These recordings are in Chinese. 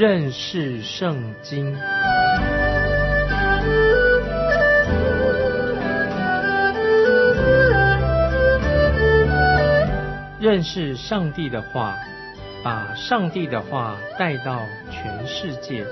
认识圣经。认识上帝的话，把上帝的话带到全世界。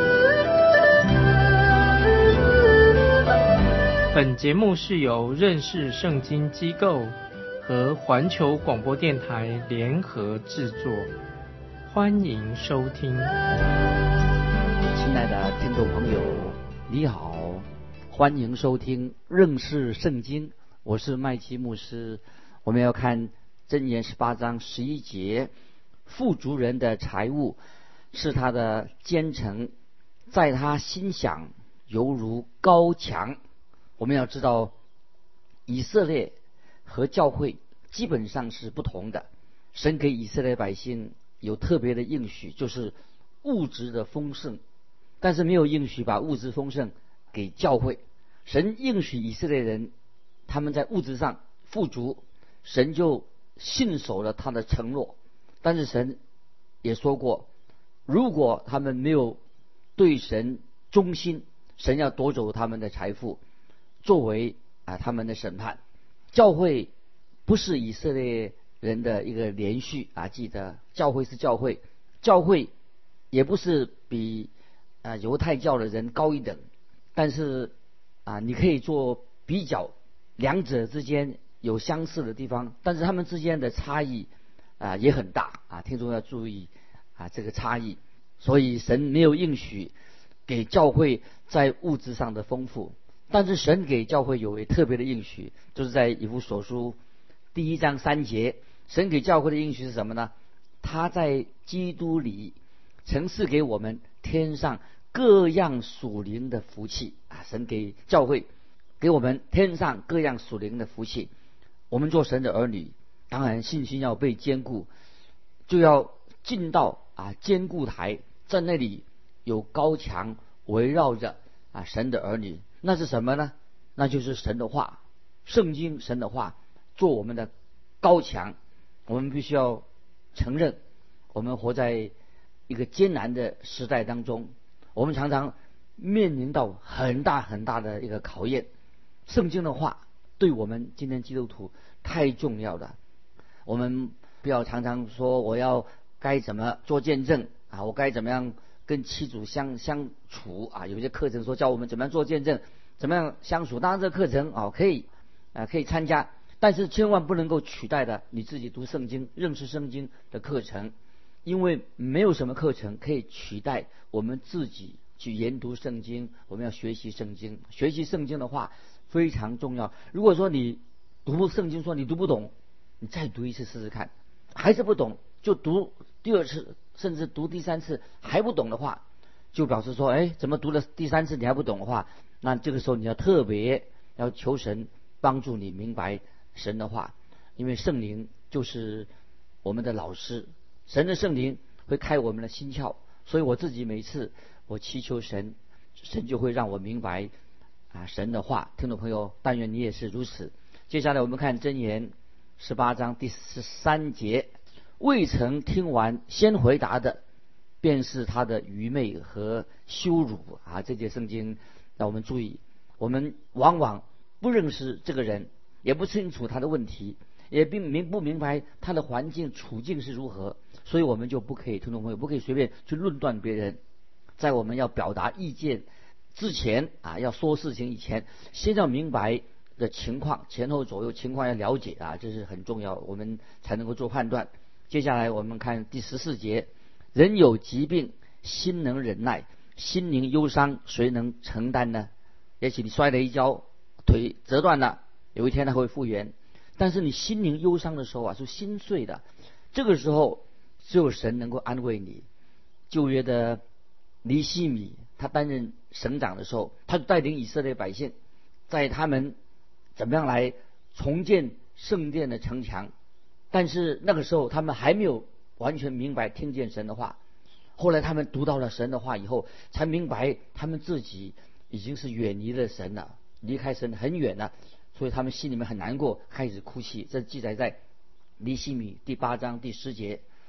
本节目是由认识圣经机构和环球广播电台联合制作，欢迎收听。亲爱的听众朋友，你好，欢迎收听认识圣经，我是麦基牧师。我们要看箴言18章11节，富足人的财物是他的坚城，在他心想犹如高墙。我们要知道，以色列和教会基本上是不同的。神给以色列百姓有特别的应许，就是物质的丰盛，但是没有应许把物质丰盛给教会。神应许以色列人他们在物质上富足，神就信守了他的承诺。但是神也说过，如果他们没有对神忠心，神要夺走他们的财富，作为他们的审判。教会不是以色列人的一个连续记得教会是教会，教会也不是比犹太教的人高一等，但是你可以做比较，两者之间有相似的地方，但是他们之间的差异也很大听众要注意这个差异。所以神没有应许给教会在物质上的丰富，但是神给教会有特别的应许，就是在以弗所书1章3节，神给教会的应许是什么呢？他在基督里曾赐给我们天上各样属灵的福气神给教会给我们天上各样属灵的福气。我们做神的儿女，当然信心要被坚固，就要进到坚固台，在那里有高墙围绕着神的儿女。那是什么呢？那就是神的话，圣经，神的话做我们的高墙。我们必须要承认，我们活在一个艰难的时代当中，我们常常面临到很大很大的一个考验。圣经的话对我们今天基督徒太重要了。我们不要常常说我要该怎么做见证我该怎么样跟妻主相处有些课程说教我们怎么样做见证，怎么样相处。当然这个课程可以参加，但是千万不能够取代的你自己读圣经、认识圣经的课程，因为没有什么课程可以取代我们自己去研读圣经。我们要学习圣经，学习圣经的话非常重要。如果说你读圣经说你读不懂，你再读一次试试看，还是不懂，就读第二次甚至读第三次还不懂的话，就表示说怎么读了第三次你还不懂的话，那这个时候你要特别要求神帮助你明白神的话。因为圣灵就是我们的老师，神的圣灵会开我们的心窍，所以我自己每次我祈求神，神就会让我明白神的话。听众朋友，但愿你也是如此。接下来我们看箴言18章第13节，未曾听完先回答的，便是他的愚昧和羞辱这节圣经让我们注意，我们往往不认识这个人，也不清楚他的问题，也并不明白他的环境处境是如何，所以我们就不可以，听众朋友不可以随便去论断别人。在我们要表达意见之前要说事情以前，先要明白的情况，前后左右情况要了解这是很重要，我们才能够做判断。接下来我们看第14节，人有疾病心能忍耐，心灵忧伤谁能承担呢？也许你摔了一跤，腿折断了，有一天它会复原，但是你心灵忧伤的时候是心碎的，这个时候只有神能够安慰你。旧约的尼希米他担任省长的时候，他就带领以色列百姓在他们怎么样来重建圣殿的城墙，但是那个时候他们还没有完全明白听见神的话。后来他们读到了神的话以后，才明白他们自己已经是远离了神了，离开神很远了，所以他们心里面很难过，开始哭泣。这记载在尼希米第8章第10节。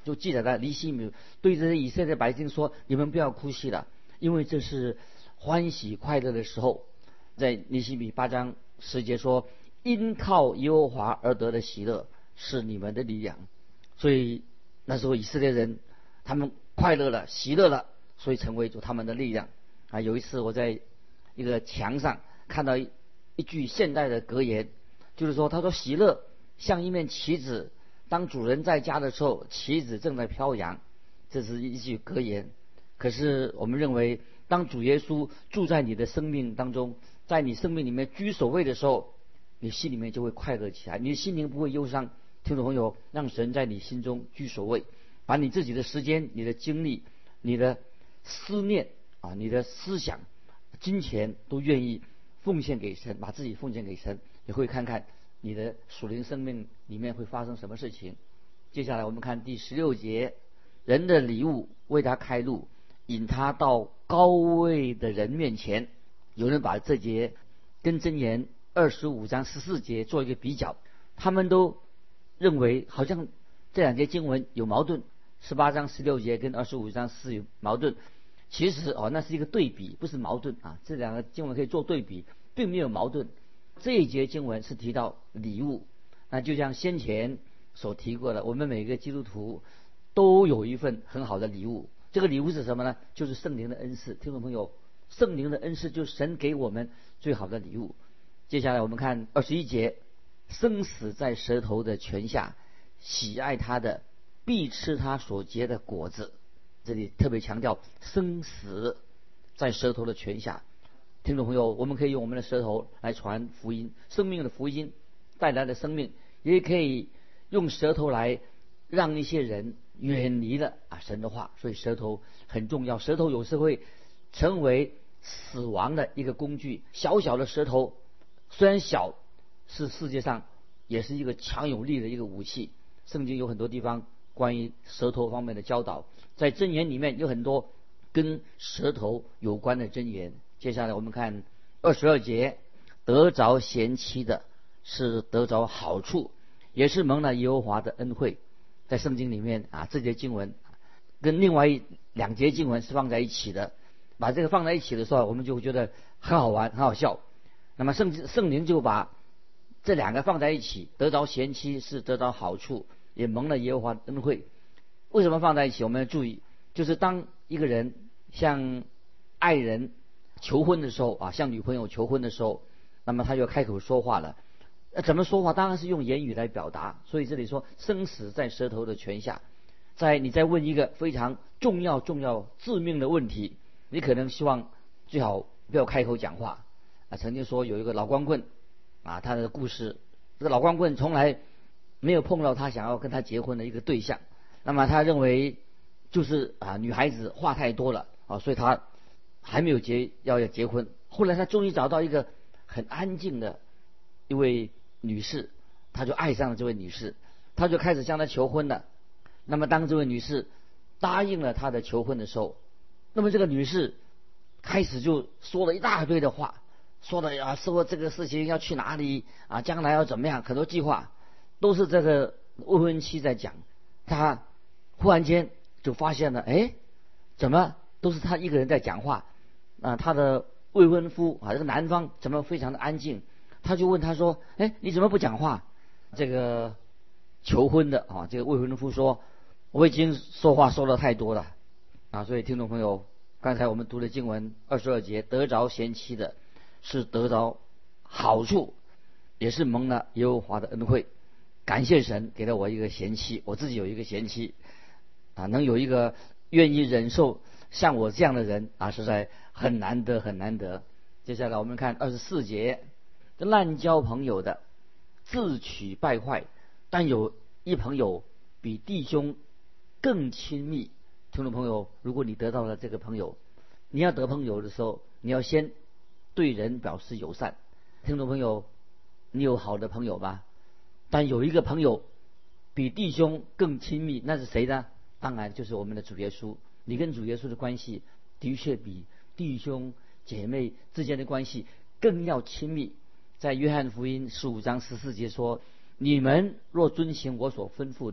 就记载在尼希米对这些以色列百姓说：你们不要哭泣了，因为这是欢喜快乐的时候。在尼希米8章10节说：因靠耶和华而得的喜乐是你们的力量。所以那时候以色列人他们快乐了，喜乐了，所以成为他们的力量。有一次我在一个墙上看到一句现代的格言，就是说，他说喜乐像一面旗子，当主人在家的时候，旗子正在飘扬。这是一句格言。可是我们认为，当主耶稣住在你的生命当中，在你生命里面居首位的时候，你心里面就会快乐起来，你的心灵不会忧伤。听众朋友，让神在你心中居首位，把你自己的时间、你的精力、你的思念你的思想、金钱都愿意奉献给神，把自己奉献给神，你会看看你的属灵生命里面会发生什么事情。接下来我们看第16节，人的礼物为他开路，引他到高位的人面前。有人把这节跟箴言25章14节做一个比较，他们都认为好像这两节经文有矛盾，18章16节跟25章14有矛盾。其实那是一个对比，不是矛盾这两个经文可以做对比，并没有矛盾。这一节经文是提到礼物，那就像先前所提过的，我们每个基督徒都有一份很好的礼物。这个礼物是什么呢？就是圣灵的恩赐。听众朋友，圣灵的恩赐就是神给我们最好的礼物。接下来我们看21节，生死在舌头的泉下，喜爱他的必吃他所结的果子。这里特别强调生死在舌头的泉下。听众朋友，我们可以用我们的舌头来传福音，生命的福音带来的生命，也可以用舌头来让一些人远离了神的话。所以舌头很重要，舌头有时会成为死亡的一个工具。小小的舌头虽然小，是世界上也是一个强有力的一个武器。圣经有很多地方关于舌头方面的教导，在箴言里面有很多跟舌头有关的箴言。接下来我们看22节，得着贤妻的是得着好处，也是蒙了耶和华的恩惠。在圣经里面这节经文跟另外两节经文是放在一起的，把这个放在一起的时候，我们就会觉得很好玩很好笑。那么圣灵就把这两个放在一起，得着贤妻是得着好处，也蒙了耶和华的恩惠。为什么放在一起？我们要注意，就是当一个人向爱人求婚的时候向女朋友求婚的时候，那么他就开口说话了。怎么说话？当然是用言语来表达。所以这里说生死在舌头的泉下。你在问一个非常重要致命的问题，你可能希望最好不要开口讲话。曾经说有一个老光棍他的故事，这个老光棍从来没有碰到他想要跟他结婚的一个对象。那么他认为就是女孩子话太多了所以他还没有要结婚。后来他终于找到一个很安静的一位女士，他就爱上了这位女士，他就开始向她求婚了。那么当这位女士答应了他的求婚的时候，那么这个女士开始就说了一大堆的话，说这个事情要去哪里将来要怎么样，很多计划都是这个未婚妻在讲。他忽然间就发现了，怎么都是他一个人在讲话他的未婚夫这个男方怎么非常的安静。他就问他说，你怎么不讲话？这个求婚的这个未婚夫说，我已经说话说的太多了所以听众朋友，刚才我们读的经文22节，得着贤妻的是得着好处，也是蒙了耶和华的恩惠。感谢神给了我一个贤妻，我自己有一个贤妻能有一个愿意忍受像我这样的人实在很难得很难得。接下来我们看24节，滥交朋友的自取败坏，但有一朋友比弟兄更亲密。听众朋友，如果你得到了这个朋友，你要得朋友的时候，你要先对人表示友善。听众朋友，你有好的朋友吗？但有一个朋友比弟兄更亲密，那是谁呢？当然就是我们的主耶稣。你跟主耶稣的关系的确比弟兄姐妹之间的关系更要亲密。在约翰福音15章14节说，你们若遵行我所吩咐的，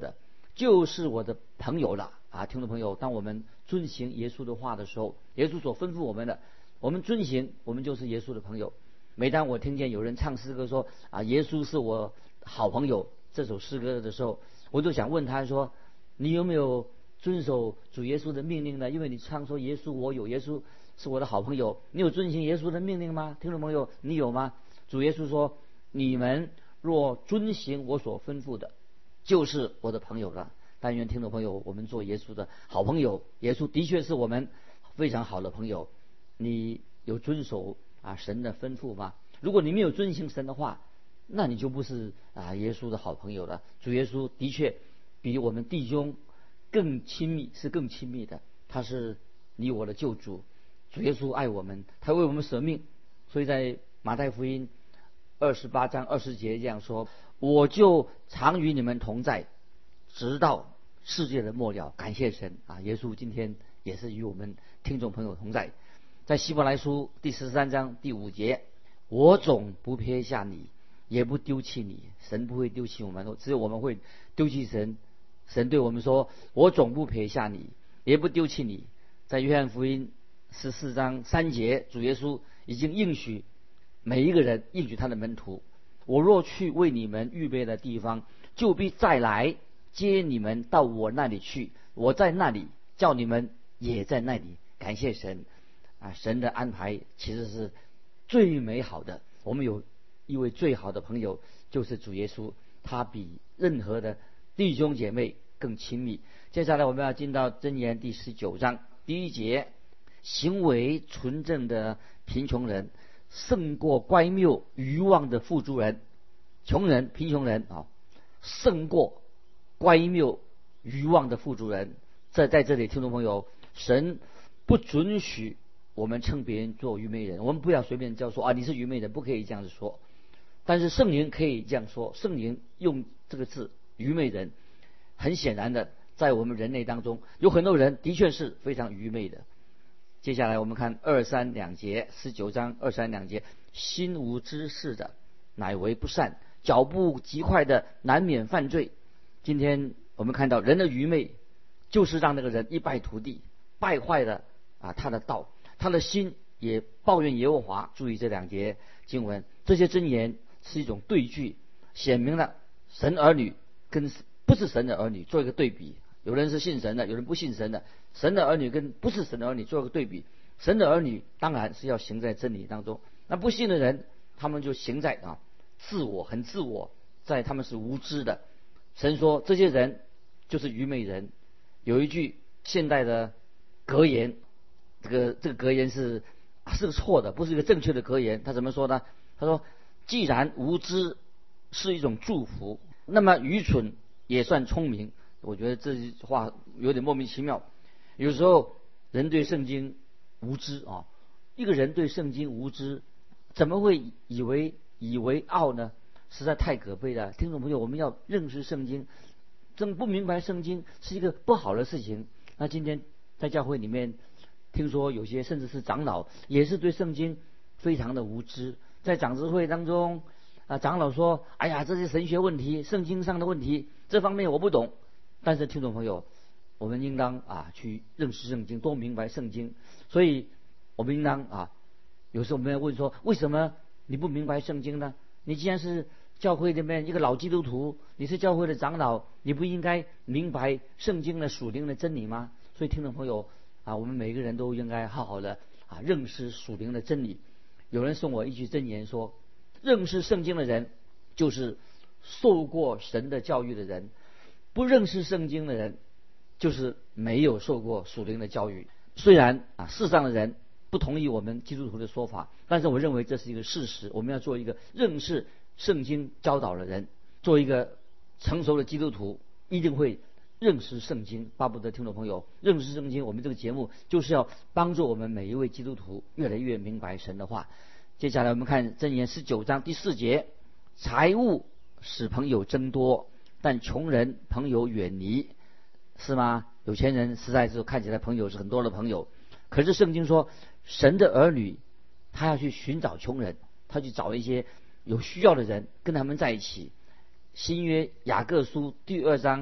就是我的朋友了啊！听众朋友，当我们遵行耶稣的话的时候，耶稣所吩咐我们的，我们遵行，我们就是耶稣的朋友。每当我听见有人唱诗歌说啊，耶稣是我好朋友这首诗歌的时候，我就想问他说，你有没有遵守主耶稣的命令呢？因为你唱说耶稣我有，耶稣是我的好朋友，你有遵行耶稣的命令吗？听众朋友，你有吗？主耶稣说，你们若遵行我所吩咐的，就是我的朋友了。但愿听众朋友，我们做耶稣的好朋友，耶稣的确是我们非常好的朋友。你有遵守神的吩咐吗？如果你没有遵行神的话，那你就不是耶稣的好朋友了。主耶稣的确比我们弟兄更亲密，是更亲密的。他是你我的救主。主耶稣爱我们，他为我们舍命。所以在马太福音28章20节这样说，我就常与你们同在，直到世界的末了。感谢神耶稣今天也是与我们听众朋友同在。在希伯来书第13章第5节，我总不撇下你，也不丢弃你。神不会丢弃我们，只有我们会丢弃神。神对我们说，我总不撇下你，也不丢弃你。在约翰福音14章3节，主耶稣已经应许每一个人，应许他的门徒，我若去为你们预备的地方，就必再来接你们到我那里去，我在那里，叫你们也在那里。感谢神神的安排其实是最美好的。我们有一位最好的朋友，就是主耶稣，他比任何的弟兄姐妹更亲密。接下来我们要进到箴言第19章第1节，行为纯正的贫穷人胜过乖谬愚妄的富足人。贫穷人胜过乖谬愚妄的富足人。在这里，听众朋友，神不准许我们称别人做愚昧人，我们不要随便叫说你是愚昧人，不可以这样子说。但是圣灵可以这样说，圣灵用这个字愚昧人，很显然的，在我们人类当中有很多人的确是非常愚昧的。接下来我们看2-3节，19章2-3节，心无知识的乃为不善，脚步极快的难免犯罪。今天我们看到人的愚昧就是让那个人一败涂地，败坏了他的道，他的心也抱怨耶和华。注意这2节经文，这些箴言是一种对句，显明了神儿女跟不是神的儿女做一个对比。有人是信神的，有人不信神的，神的儿女跟不是神的儿女做一个对比。神的儿女当然是要行在真理当中，那不信的人他们就行在很自我，在他们是无知的。神说这些人就是愚昧人。有一句现代的格言，这个格言是错的，不是一个正确的格言。他怎么说呢？他说，既然无知是一种祝福，那么愚蠢也算聪明。我觉得这句话有点莫名其妙。有时候人对圣经无知一个人对圣经无知，怎么会以为傲呢？实在太可悲了。听众朋友，我们要认识圣经，真不明白圣经是一个不好的事情。那今天在教会里面，听说有些甚至是长老也是对圣经非常的无知。在长执会当中长老说，哎呀，这些神学问题，圣经上的问题，这方面我不懂。但是听众朋友，我们应当去认识圣经，多明白圣经。所以我们应当有时候我们要问说，为什么你不明白圣经呢？你既然是教会里面一个老基督徒，你是教会的长老，你不应该明白圣经的属灵的真理吗？所以听众朋友我们每个人都应该好好的认识属灵的真理。有人送我一句箴言说，认识圣经的人就是受过神的教育的人，不认识圣经的人就是没有受过属灵的教育。虽然世上的人不同意我们基督徒的说法，但是我认为这是一个事实。我们要做一个认识圣经教导的人，做一个成熟的基督徒，一定会认识圣经。巴不得听众朋友认识圣经，我们这个节目就是要帮助我们每一位基督徒越来越明白神的话。接下来我们看箴言19章第4节，财物使朋友增多，但穷人朋友远离。是吗？有钱人实在是看起来朋友是很多的朋友，可是圣经说神的儿女他要去寻找穷人，他去找一些有需要的人，跟他们在一起。新约雅各书第2章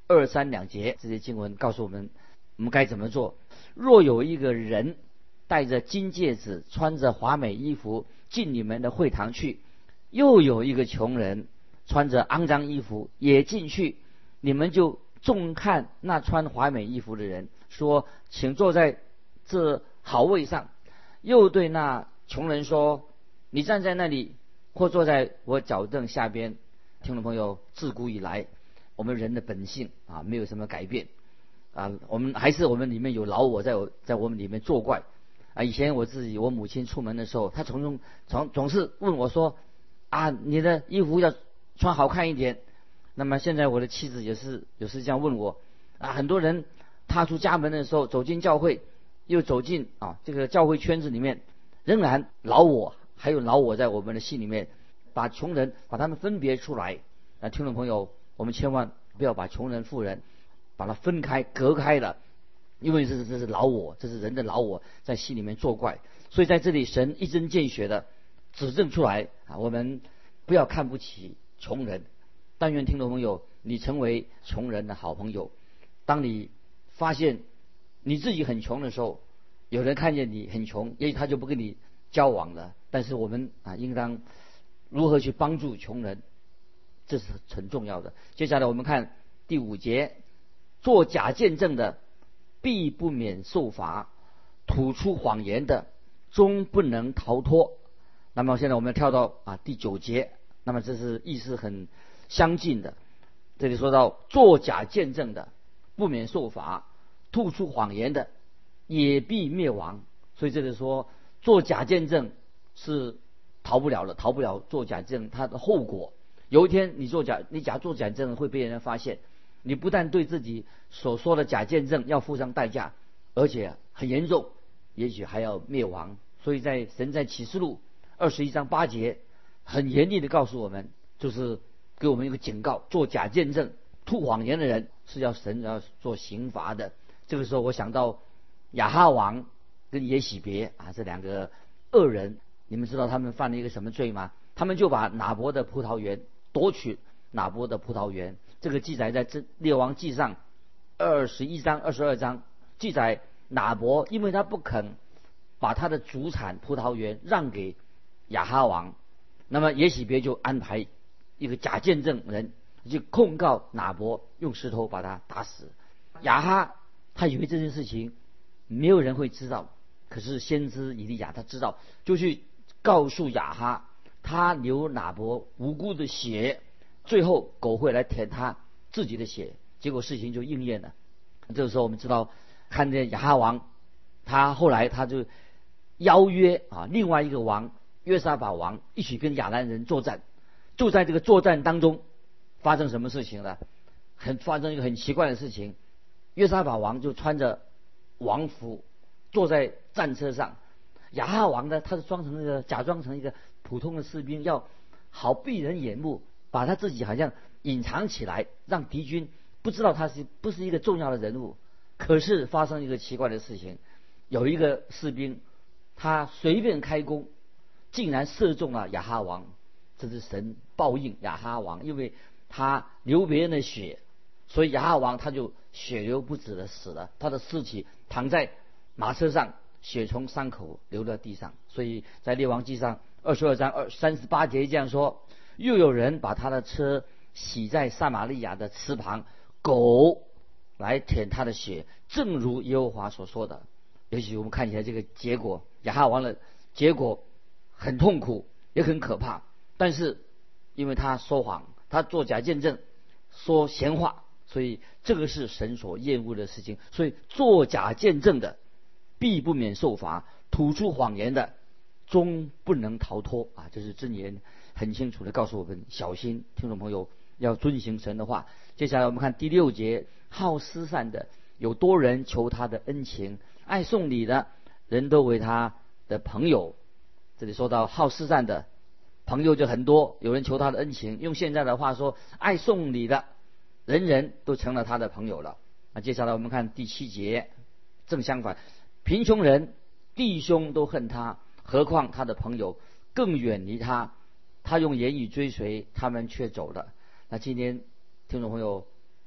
2、3两节，这些经文告诉我们该怎么做。若有一个人戴着金戒指，穿着华美衣服进你们的会堂去，又有一个穷人穿着肮脏衣服也进去，你们就重看那穿华美衣服的人，说请坐在这好位上，又对那穷人说，你站在那里，或坐在我脚凳下边。听众朋友，自古以来我们人的本性没有什么改变我们里面有老我在我们里面作怪以前我母亲出门的时候，她总是问我说你的衣服要穿好看一点。那么现在我的妻子也是有时这样问我很多人踏出家门的时候，走进教会，又走进这个教会圈子里面，仍然还有老我在我们的心里面，把穷人把他们分别出来。听众朋友，我们千万不要把穷人富人把它分开隔开了，因为这是老我，这是人的老我在心里面作怪。所以在这里神一针见血的指正出来我们不要看不起穷人。但愿听众朋友你成为穷人的好朋友。当你发现你自己很穷的时候，有人看见你很穷，也许他就不跟你交往了。但是我们应当如何去帮助穷人，这是很重要的。接下来我们看第5节，做假见证的必不免受罚，吐出谎言的终不能逃脱。那么现在我们跳到第9节，那么这是意思很相近的。这里说到做假见证的不免受罚，吐出谎言的也必灭亡。所以这里说做假见证是逃不了做假见证它的后果。有一天你做假见证会被人发现，你不但对自己所说的假见证要付上代价，而且很严重，也许还要灭亡。所以神在启示录21章8节很严厉的告诉我们，就是给我们一个警告，做假见证吐谎言的人是神要做刑罚的。这个时候我想到亚哈王跟耶洗别这两个恶人，你们知道他们犯了一个什么罪吗？他们就把拿伯的葡萄园夺取拿伯的葡萄园。这个记载在列王记上21章22章记载，拿伯因为他不肯把他的主产葡萄园让给亚哈王，那么耶洗别就安排一个假见证人去控告拿伯，用石头把他打死。亚哈他以为这件事情没有人会知道，可是先知以利亚他知道，就去告诉亚哈，他流拿伯无辜的血，最后狗会来舔他自己的血，结果事情就应验了。这个时候我们知道，看见亚哈王他后来他就邀约另外一个王约沙法王一起跟亚兰人作战。就在这个作战当中发生什么事情呢？发生一个很奇怪的事情。约沙法王就穿着王服坐在战车上，亚哈王呢，他是假装成一个普通的士兵，要好避人眼目，把他自己好像隐藏起来，让敌军不知道他不是一个重要的人物。可是发生一个奇怪的事情，有一个士兵他随便开弓，竟然射中了亚哈王。这是神报应亚哈王，因为他流别人的血，所以亚哈王他就血流不止的死了，他的尸体躺在马车上，血从伤口流到地上。所以在列王记上22章38节这样说，又有人把他的车洗在撒玛利亚的池旁，狗来舔他的血，正如耶和华所说的。也许我们看起来这个结果，亚哈王的结果很痛苦也很可怕，但是因为他说谎，他做假见证，说闲话，所以这个是神所厌恶的事情。所以做假见证的必不免受罚，吐出谎言的终不能逃脱这是箴言很清楚的告诉我们，小心听众朋友要遵行神的话。接下来我们看第6节，好施善的有多人求他的恩情，爱送礼的人都为他的朋友。这里说到好施善的朋友就很多，有人求他的恩情，用现在的话说，爱送礼的人人都成了他的朋友了。接下来我们看第7节，正相反，贫穷人弟兄都恨他，何况他的朋友更远离他，他用言语追随，他们却走了。那今天听众朋友，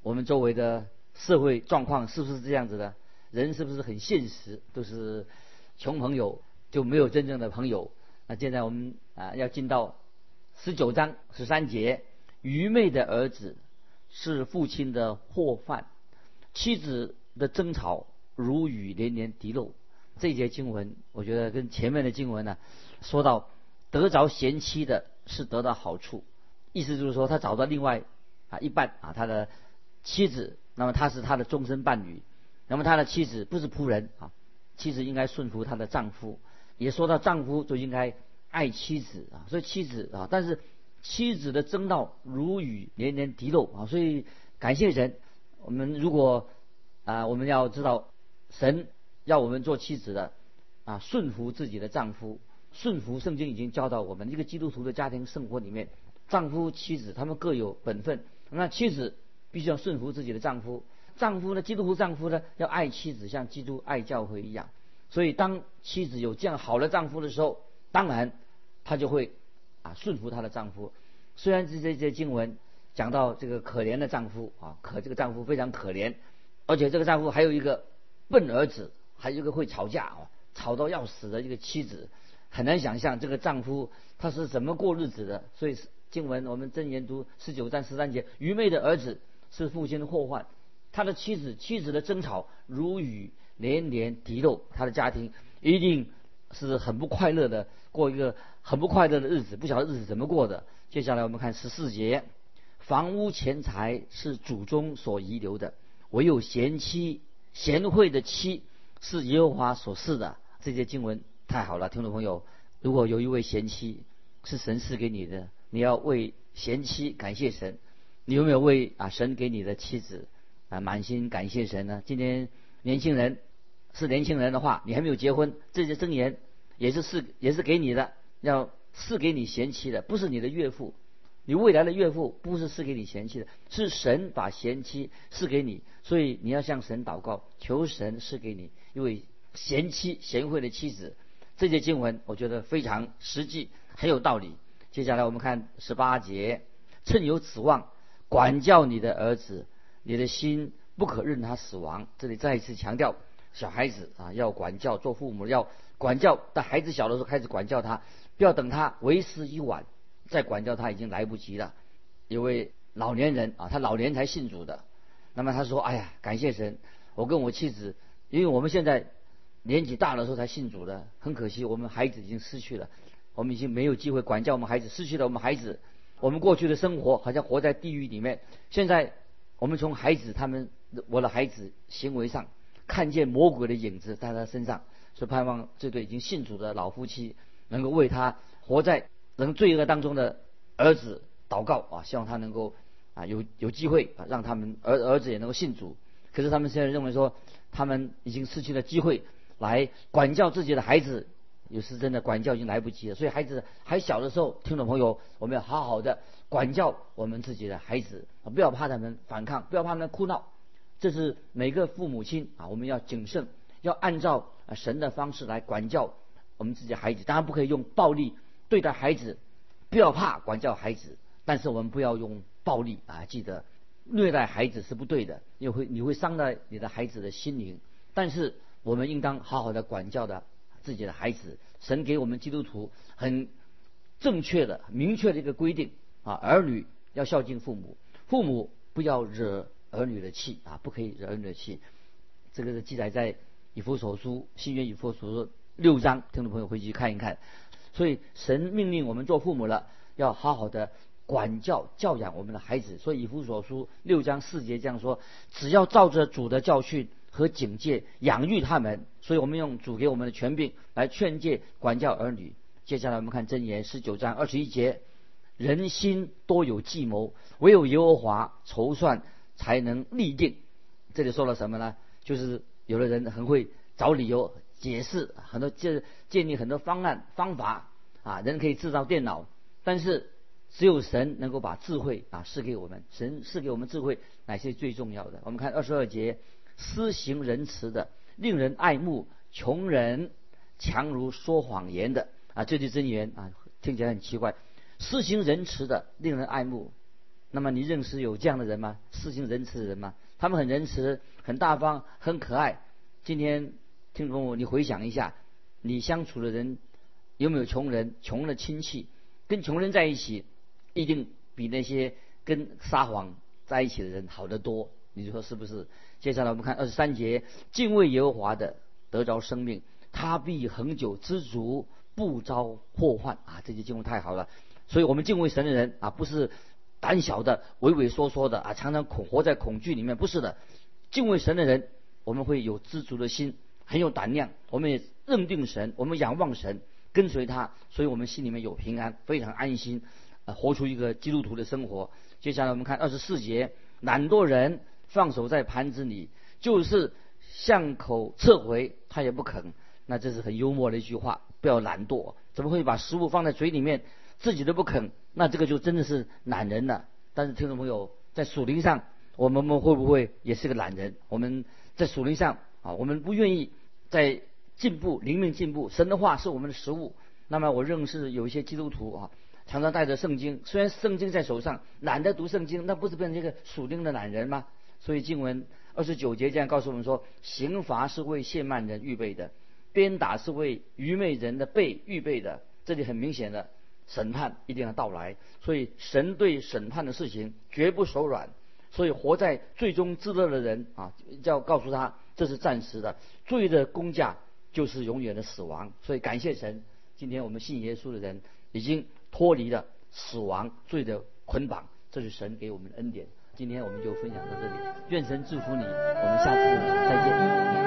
我们周围的社会状况是不是这样子的？人是不是很现实，都是穷朋友，就没有真正的朋友？那现在我们要进到19章13节，愚昧的儿子是父亲的祸患，妻子的争吵如雨连连滴漏。这一节经文我觉得跟前面的经文呢，说到得着贤妻的是得到好处，意思就是说他找到另外一半他的妻子，那么他是他的终身伴侣。那么他的妻子不是仆人妻子应该顺服她的丈夫，也说到丈夫就应该爱妻子所以妻子但是妻子的争闹如雨连连滴漏所以感谢神。我们如果我们要知道神要我们做妻子的顺服自己的丈夫，顺服圣经已经教导我们一个基督徒的家庭生活里面，丈夫妻子他们各有本分。那妻子必须要顺服自己的丈夫，丈夫呢，基督徒丈夫呢要爱妻子，像基督爱教会一样。所以当妻子有这样好的丈夫的时候，当然她就会顺服她的丈夫。虽然这些经文讲到这个可怜的丈夫这个丈夫非常可怜，而且这个丈夫还有一个笨儿子，还有一个会吵架吵到要死的一个妻子，很难想象这个丈夫他是怎么过日子的。所以经文我们箴言读19章13节，愚昧的儿子是父亲的祸患，他的妻子的争吵如雨连连滴漏，他的家庭一定是很不快乐的，过一个很不快乐的日子，不晓得日子怎么过的。接下来我们看14节，房屋钱财是祖宗所遗留的，唯有贤惠的妻是耶和华所赐的。这些经文太好了，听众朋友，如果有一位贤妻是神赐给你的，你要为贤妻感谢神。你有没有为神给你的妻子满心感谢神呢？今天年轻人的话，你还没有结婚，这些箴言也是给你的，要赐给你贤妻的，不是你的岳父，你未来的岳父不是赐给你贤妻的，是神把贤妻赐给你。所以你要向神祷告，求神赐给你一位贤惠的妻子。这些经文我觉得非常实际，很有道理。接下来我们看18节，趁有指望管教你的儿子，你的心不可任他死亡。这里再一次强调小孩子要管教，做父母要管教，在孩子小的时候开始管教他，不要等他为时已晚再管教他，已经来不及了。有位老年人他老年才信主的，那么他说哎呀，感谢神，我跟我妻子，因为我们现在年纪大的时候才信主的，很可惜我们孩子已经失去了，我们已经没有机会管教我们孩子，失去了我们孩子，我们过去的生活好像活在地狱里面。现在我们从我的孩子行为上看见魔鬼的影子在他身上，所以盼望这对已经信主的老夫妻能够为他活在罪恶当中的儿子祷告希望他能够有机会让他们儿子也能够信主。可是他们现在认为说他们已经失去了机会来管教自己的孩子，有时真的管教已经来不及了。所以孩子还小的时候，听众朋友，我们要好好的管教我们自己的孩子，不要怕他们反抗，不要怕他们哭闹。这是每个父母亲我们要谨慎，要按照神的方式来管教我们自己的孩子。当然不可以用暴力对待孩子，不要怕管教孩子，但是我们不要用暴力记得虐待孩子是不对的，因为你会伤到你的孩子的心灵。但是我们应当好好的管教的自己的孩子。神给我们基督徒很正确的明确的一个规定儿女要孝敬父母，父母不要惹儿女的气不可以惹儿女的气。这个是记载在以弗所书新约以弗所书6章，听众朋友回去看一看。所以神命令我们做父母了，要好好的管教教养我们的孩子。所以以弗所书6章4节这样说，只要照着主的教训和警戒养育他们。所以我们用主给我们的权柄来劝诫管教儿女。接下来我们看箴言19章21节，人心多有计谋，唯有耶和华筹算才能立定。这里说了什么呢？就是有的人很会找理由解释很多，建立很多方案方法人可以制造电脑，但是只有神能够把智慧赐给我们，神赐给我们智慧乃是最重要的。我们看22节，施行仁慈的令人爱慕，穷人强如说谎言的这句箴言听起来很奇怪。施行仁慈的令人爱慕， 那么你认识有这样的人吗？世行仁慈的人吗？他们很仁慈，很大方，很可爱。今天听众朋友，你回想一下，你相处的人有没有穷人？穷的亲戚，跟穷人在一起，一定比那些跟撒谎在一起的人好得多。你说是不是？接下来我们看23节，敬畏耶和华的得着生命，他必恒久知足，不遭祸患啊！这句经文太好了。所以我们敬畏神的人啊，不是胆小的、畏畏缩缩的啊，常常活在恐惧里面，不是的。敬畏神的人，我们会有知足的心，很有胆量。我们也认定神，我们仰望神，跟随他，所以我们心里面有平安，非常安心，活出一个基督徒的生活。接下来我们看24节，懒惰人放手在盘子里，就是向口撤回，他也不肯。那这是很幽默的一句话，不要懒惰，怎么会把食物放在嘴里面，自己都不肯？那这个就真的是懒人了。但是听众朋友，在属灵上，我们会不会也是个懒人？我们在属灵上啊，我们不愿意在进步，灵命进步。神的话是我们的食物。那么我认识有一些基督徒啊，常常带着圣经，虽然圣经在手上，懒得读圣经，那不是变成一个属灵的懒人吗？所以经文29节这样告诉我们说，刑罚是为亵慢人预备的，鞭打是为愚昧人的背预备的。这里很明显的，审判一定要到来，所以神对审判的事情绝不手软。所以活在最终之乐的人啊，要告诉他这是暂时的，罪的工价就是永远的死亡。所以感谢神，今天我们信耶稣的人已经脱离了死亡罪的捆绑，这是神给我们的恩典。今天我们就分享到这里，愿神祝福你，我们下次再见。